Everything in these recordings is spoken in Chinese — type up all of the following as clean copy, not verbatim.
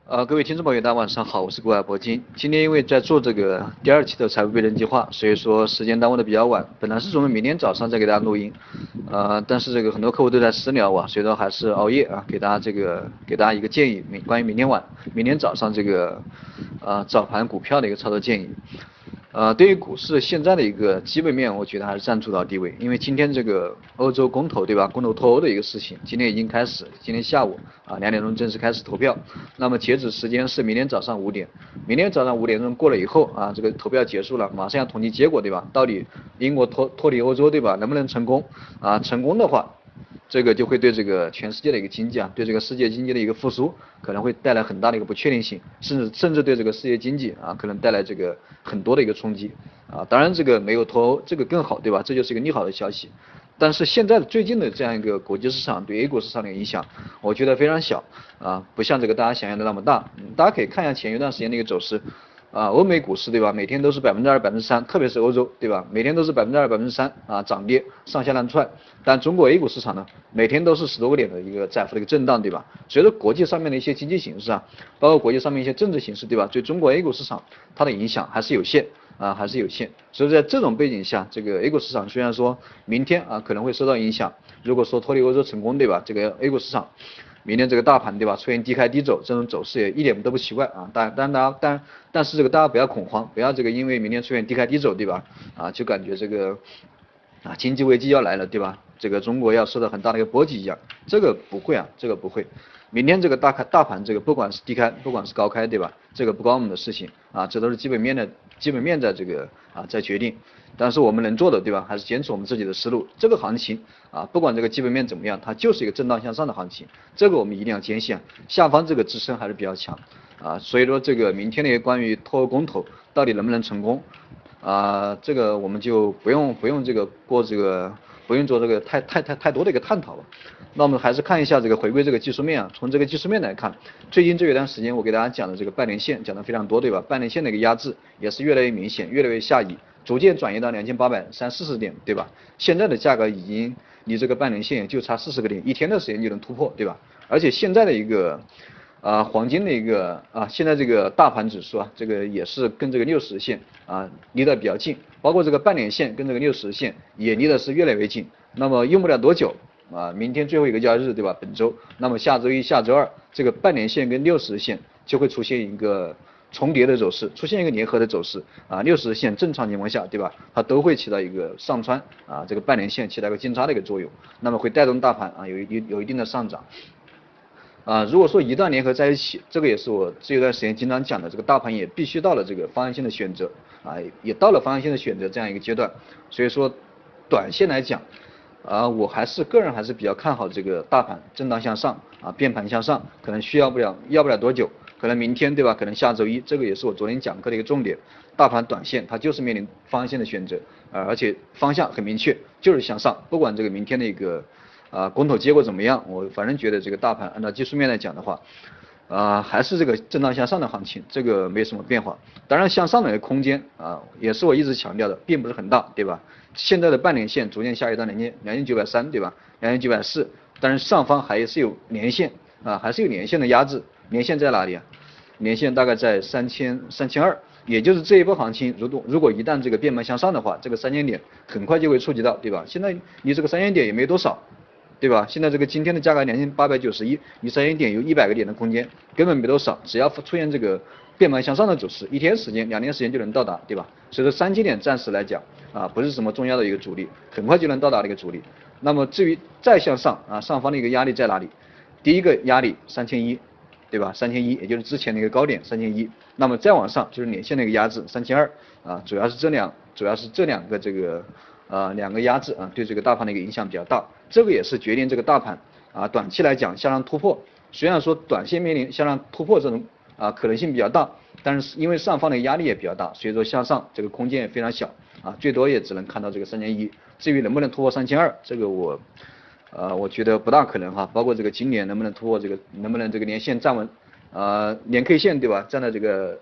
各位听众朋友，大家晚上好，我是郭海博金。今天因为在做这个第二期的财务倍增计划，所以说时间耽误的比较晚。本来是准备明天早上再给大家录音，但是这个很多客户都在私聊啊，所以说还是熬夜啊，给大家一个建议，关于明天早上这个早盘股票的一个操作建议。对于股市现在的一个基本面，我觉得还是占主导地位，因为今天这个欧洲公投对吧，公投脱欧的一个事情，今天已经开始，今天下午2点钟正式开始投票，那么截止时间是明天早上5点，明天早上5点钟过了以后这个投票结束了，马上要统计结果对吧？到底英国脱离欧洲对吧，能不能成功？成功的话，这个就会对这个全世界的一个经济对这个世界经济的一个复苏可能会带来很大的一个不确定性，甚至对这个世界经济可能带来这个很多的一个冲击当然这个没有脱欧这个更好对吧？这就是一个利好的消息。但是现在最近的这样一个国际市场对 A 股市场的影响，我觉得非常小不像这个大家想象的那么大。大家可以看一下前一段时间的一个走势。欧美股市对吧？每天都是2%、3%，特别是欧洲对吧？每天都是2%、3%涨跌上下乱窜。但中国 A 股市场呢，每天都是10多个点的一个窄幅的一个震荡对吧？随着国际上面的一些经济形势包括国际上面一些政治形势对吧？对中国 A 股市场它的影响还是有限还是有限。所以在这种背景下，这个 A 股市场虽然说明天可能会受到影响，如果说脱离欧洲成功对吧？这个 A 股市场。明天这个大盘对吧，出现低开低走这种走势也一点都不奇怪但是这个大家不要恐慌，不要这个因为明天出现低开低走对吧就感觉这个经济危机要来了对吧？这个中国要受到很大的一个波及一样，这个不会这个不会。明天这个大盘这个不管是低开不管是高开对吧？这个不关我们的事情这都是基本面在这个在决定。但是我们能做的对吧，还是坚持我们自己的思路。这个行情不管这个基本面怎么样，它就是一个震荡向上的行情，这个我们一定要坚信下方这个支撑还是比较强所以说这个明天的一个关于脱欧公投到底能不能成功这个我们就不用这个不用做这个太多的一个探讨了。那我们还是看一下这个回归这个技术面从这个技术面来看，最近这一段时间我给大家讲的这个半年线讲的非常多对吧？半年线的一个压制也是越来越明显，越来越下移，逐渐转移到2830-40点对吧？现在的价格已经离这个半年线就差40个点，一天的时间就能突破对吧？而且现在的一个黄金的一个现在这个大盘指数这个也是跟这个60线离得比较近，包括这个半年线跟这个60线也离得是越来越近。那么用不了多久明天最后一个交易日对吧？本周，那么下周一、下周二这个半年线跟60线就会出现一个重叠的走势，出现一个粘合的走势60线正常情况下对吧？它都会起到一个上穿这个半年线起到一个金叉的一个作用，那么会带动大盘有一定的上涨。如果说一旦联合在一起，这个也是我这一段时间经常讲的，这个大盘也必须到了这个方向性的选择也到了方向性的选择这样一个阶段。所以说，短线来讲我个人还是比较看好这个大盘震荡向上变盘向上，可能要不了多久，可能明天对吧？可能下周一，这个也是我昨天讲课的一个重点。大盘短线它就是面临方向性的选择而且方向很明确，就是向上，不管这个明天的一个公投结果怎么样，我反正觉得这个大盘按照技术面来讲的话还是这个震荡向上的行情，这个没什么变化。当然向上的空间也是我一直强调的，并不是很大对吧？现在的半年线逐渐下移到2930对吧？2940，但是上方还是有年线还是有年线的压制。年线在哪里年线大概在3200，也就是这一波行情如果一旦这个变盘向上的话，这个3000点很快就会触及到对吧？现在离这个3000点也没多少对吧？现在这个今天的价格2891，离3000点有100个点的空间，根本没多少，只要出现这个变盘向上的走势，1天时间、2天时间就能到达，对吧？所以说3000点暂时来讲不是什么重要的一个阻力，很快就能到达的一个阻力。那么至于再向上上方的一个压力在哪里？第一个压力3100，对吧？3100，也就是之前的一个高点3100，那么再往上就是年线的一个压制3200主要是这两个这个两个压制对这个大盘的一个影响比较大，这个也是决定这个大盘短期来讲向上突破。虽然说短线面临向上突破这种可能性比较大，但是因为上方的压力也比较大，所以说向上这个空间也非常小最多也只能看到这个3100。至于能不能突破3200，这个我觉得不大可能包括这个今年能不能突破能不能这个年线站稳年 K 线对吧？站在这个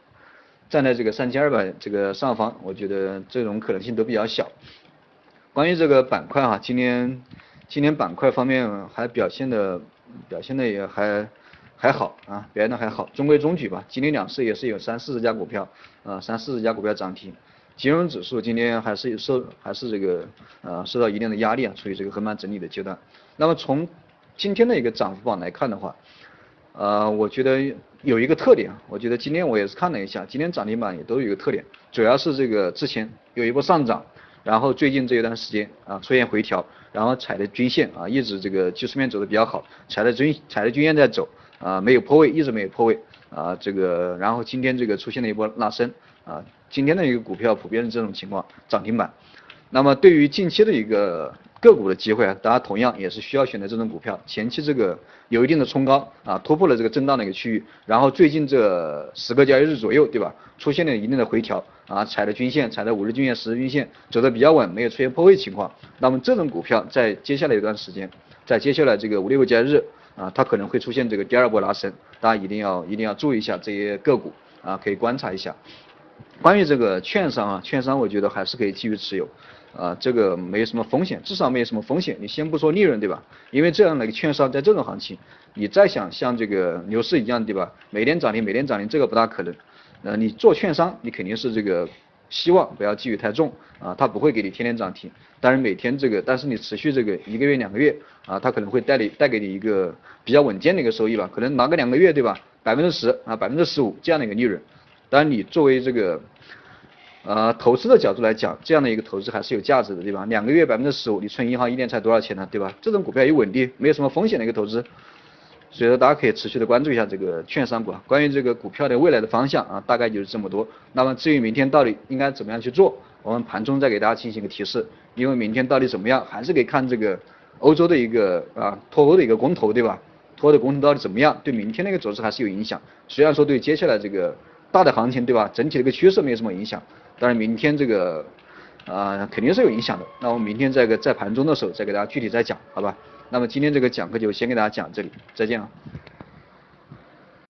3200这个上方，我觉得这种可能性都比较小。关于这个板块今年板块方面还表现的也还好啊，表现的还好，中规中矩吧。今天两市也是有30-40家股票，30-40家股票涨停。金融指数今天还是这个受到一定的压力啊，处于这个横盘整理的阶段。那么从今天的一个涨幅榜来看的话，我觉得有一个特点，我觉得今天我也是看了一下，今天涨停板也都有一个特点，主要是这个之前有一波上涨，然后最近这一段时间出现回调，然后踩的均线一直这个技术面走的比较好，踩的均线在走没有破位，一直没有破位这个然后今天这个出现了一波拉升今天的一个股票普遍是这种情况，涨停板。那么对于近期的一个个股的机会大家同样也是需要选择这种股票，前期这个有一定的冲高突破了这个震荡的一个区域，然后最近这10个交易日左右，对吧，出现了一定的回调踩了均线，踩了5日均线、10日均线，走的比较稳，没有出现破位情况。那么这种股票在接下来一段时间，在接下来这个5-6个交易日它可能会出现这个第二波拉升，大家一定要注意一下这些个股可以观察一下。关于这个券商券商我觉得还是可以继续持有这个没什么风险，至少没有什么风险。你先不说利润，对吧？因为这样的一个券商在这种行情，你再想像这个牛市一样，对吧？每天涨停，这个不大可能。你做券商，你肯定是这个希望不要寄予太重它不会给你天天涨停，但是每天但是你持续这个1个月、2个月它可能会带给你一个比较稳健的一个收益吧，可能拿个2个月，对吧？10%15%这样的一个利润。当然你作为这个投资的角度来讲，这样的一个投资还是有价值的，对吧？2个月15%，你存银行1年才多少钱呢，对吧？这种股票又稳定，没有什么风险的一个投资，所以说大家可以持续的关注一下这个券商股。关于这个股票的未来的方向大概就是这么多。那么至于明天到底应该怎么样去做，我们盘中再给大家进行一个提示。因为明天到底怎么样，还是得看这个欧洲的一个脱欧的一个公投，对吧？脱欧的公投到底怎么样，对明天的一个走势还是有影响。虽然说对接下来这个大的行情，对吧？整体的一个趋势没有什么影响，但是明天这个肯定是有影响的。那我们明天在盘中的时候再给大家具体再讲，好吧？那么今天这个讲课就先给大家讲这里，再见啊。